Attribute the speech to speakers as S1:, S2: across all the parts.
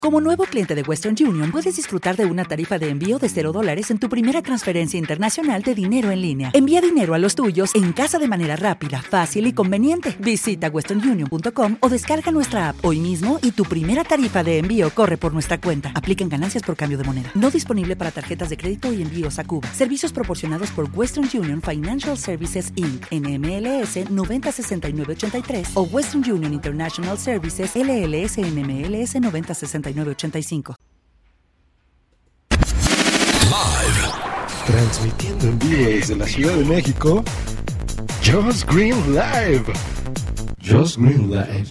S1: Como nuevo cliente de Western Union, puedes disfrutar de una tarifa de envío de $0 en tu primera transferencia internacional de dinero en línea. Envía dinero a los tuyos en casa de manera rápida, fácil y conveniente. Visita westernunion.com o descarga nuestra app hoy mismo y tu primera tarifa de envío corre por nuestra cuenta. Aplican ganancias por cambio de moneda. No disponible para tarjetas de crédito y envíos a Cuba. Servicios proporcionados por Western Union Financial Services Inc. NMLS 906983 o Western Union International Services LLS NMLS 906985.
S2: Live. Transmitiendo en vivo desde la Ciudad de México, Josh Green Live. Josh Green Live.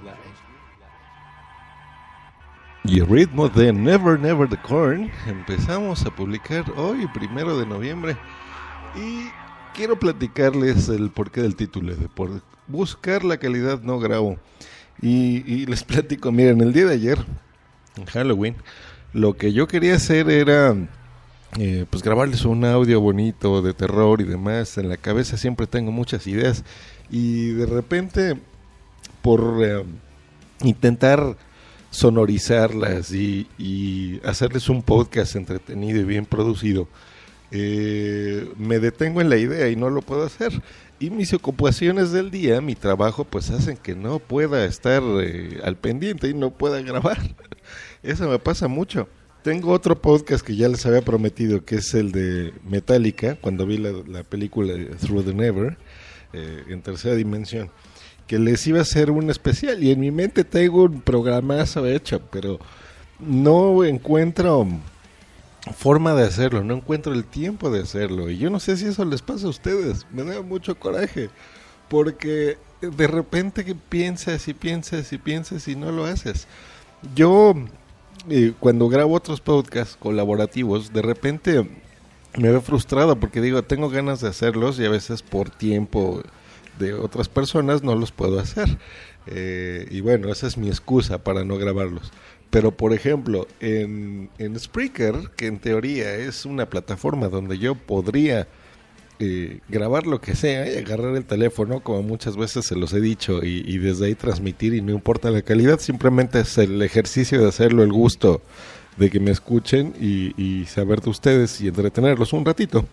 S2: Y el ritmo de Never Never the Corn empezamos a publicar hoy, 1 de noviembre. Y quiero platicarles el porqué del título. Por buscar la calidad no grabo. Y les platico, miren, el día de ayer, en Halloween, lo que yo quería hacer era pues grabarles un audio bonito de terror y demás. En la cabeza siempre tengo muchas ideas y de repente por intentar sonorizarlas y hacerles un podcast entretenido y bien producido, me detengo en la idea y no lo puedo hacer. Y mis ocupaciones del día, mi trabajo, pues hacen que no pueda estar al pendiente y no pueda grabar. Eso me pasa mucho. Tengo otro podcast que ya les había prometido, que es el de Metallica, cuando vi la película Through the Never, en tercera dimensión, que les iba a hacer un especial. Y en mi mente tengo un programazo hecho, pero no encuentro forma de hacerlo, no encuentro el tiempo de hacerlo. Y yo no sé si eso les pasa a ustedes. Me da mucho coraje, porque de repente que piensas y piensas y piensas y no lo haces. Yo cuando grabo otros podcasts colaborativos, de repente me veo frustrado porque digo, tengo ganas de hacerlos y a veces por tiempo de otras personas no los puedo hacer. Y bueno, esa es mi excusa para no grabarlos. Pero por ejemplo, en Spreaker, que en teoría es una plataforma donde yo podría grabar lo que sea y agarrar el teléfono, como muchas veces se los he dicho, y desde ahí transmitir, y no importa la calidad, simplemente es el ejercicio de hacerlo, el gusto de que me escuchen y saber de ustedes y entretenerlos un ratito.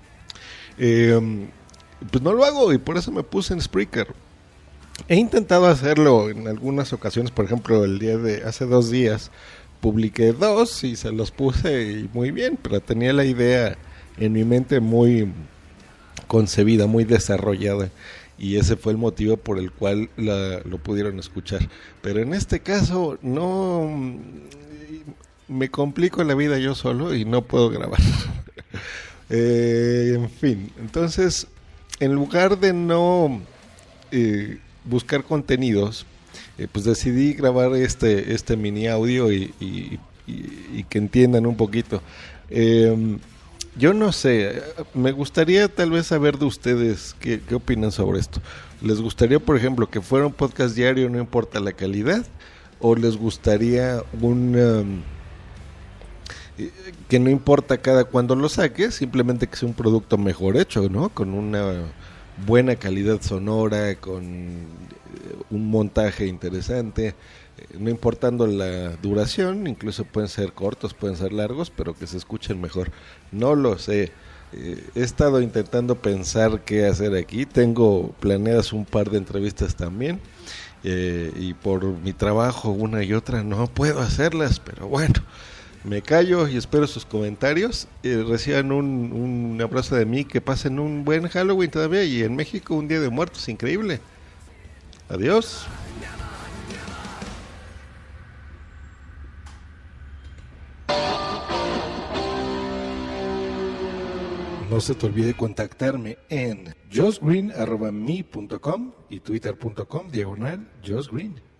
S2: Pues no lo hago y por eso me puse en Spreaker. He intentado hacerlo en algunas ocasiones, por ejemplo, hace 2 días publiqué 2 y se los puse y muy bien, pero tenía la idea en mi mente muy concebida, muy desarrollada, y ese fue el motivo por el cual lo pudieron escuchar. Pero en este caso no, me complico la vida yo solo y no puedo grabar. En fin, entonces en lugar de no buscar contenidos, pues decidí grabar este mini audio y que entiendan un poquito. Yo no sé, me gustaría tal vez saber de ustedes qué opinan sobre esto. ¿Les gustaría, por ejemplo, que fuera un podcast diario, no importa la calidad? ¿O les gustaría que no importa cada cuándo lo saques, simplemente que sea un producto mejor hecho, ¿no? Con una buena calidad sonora, con un montaje interesante, no importando la duración, incluso pueden ser cortos, pueden ser largos, pero que se escuchen mejor. No lo sé. He estado intentando pensar qué hacer aquí. Tengo planeadas un par de entrevistas también, y por mi trabajo una y otra no puedo hacerlas, pero bueno, me callo y espero sus comentarios. Reciban un abrazo de mí, que pasen un buen Halloween todavía, y en México un Día de Muertos increíble. Adiós. No se te olvide contactarme en joshgreen@me.com y twitter.com/joshgreen.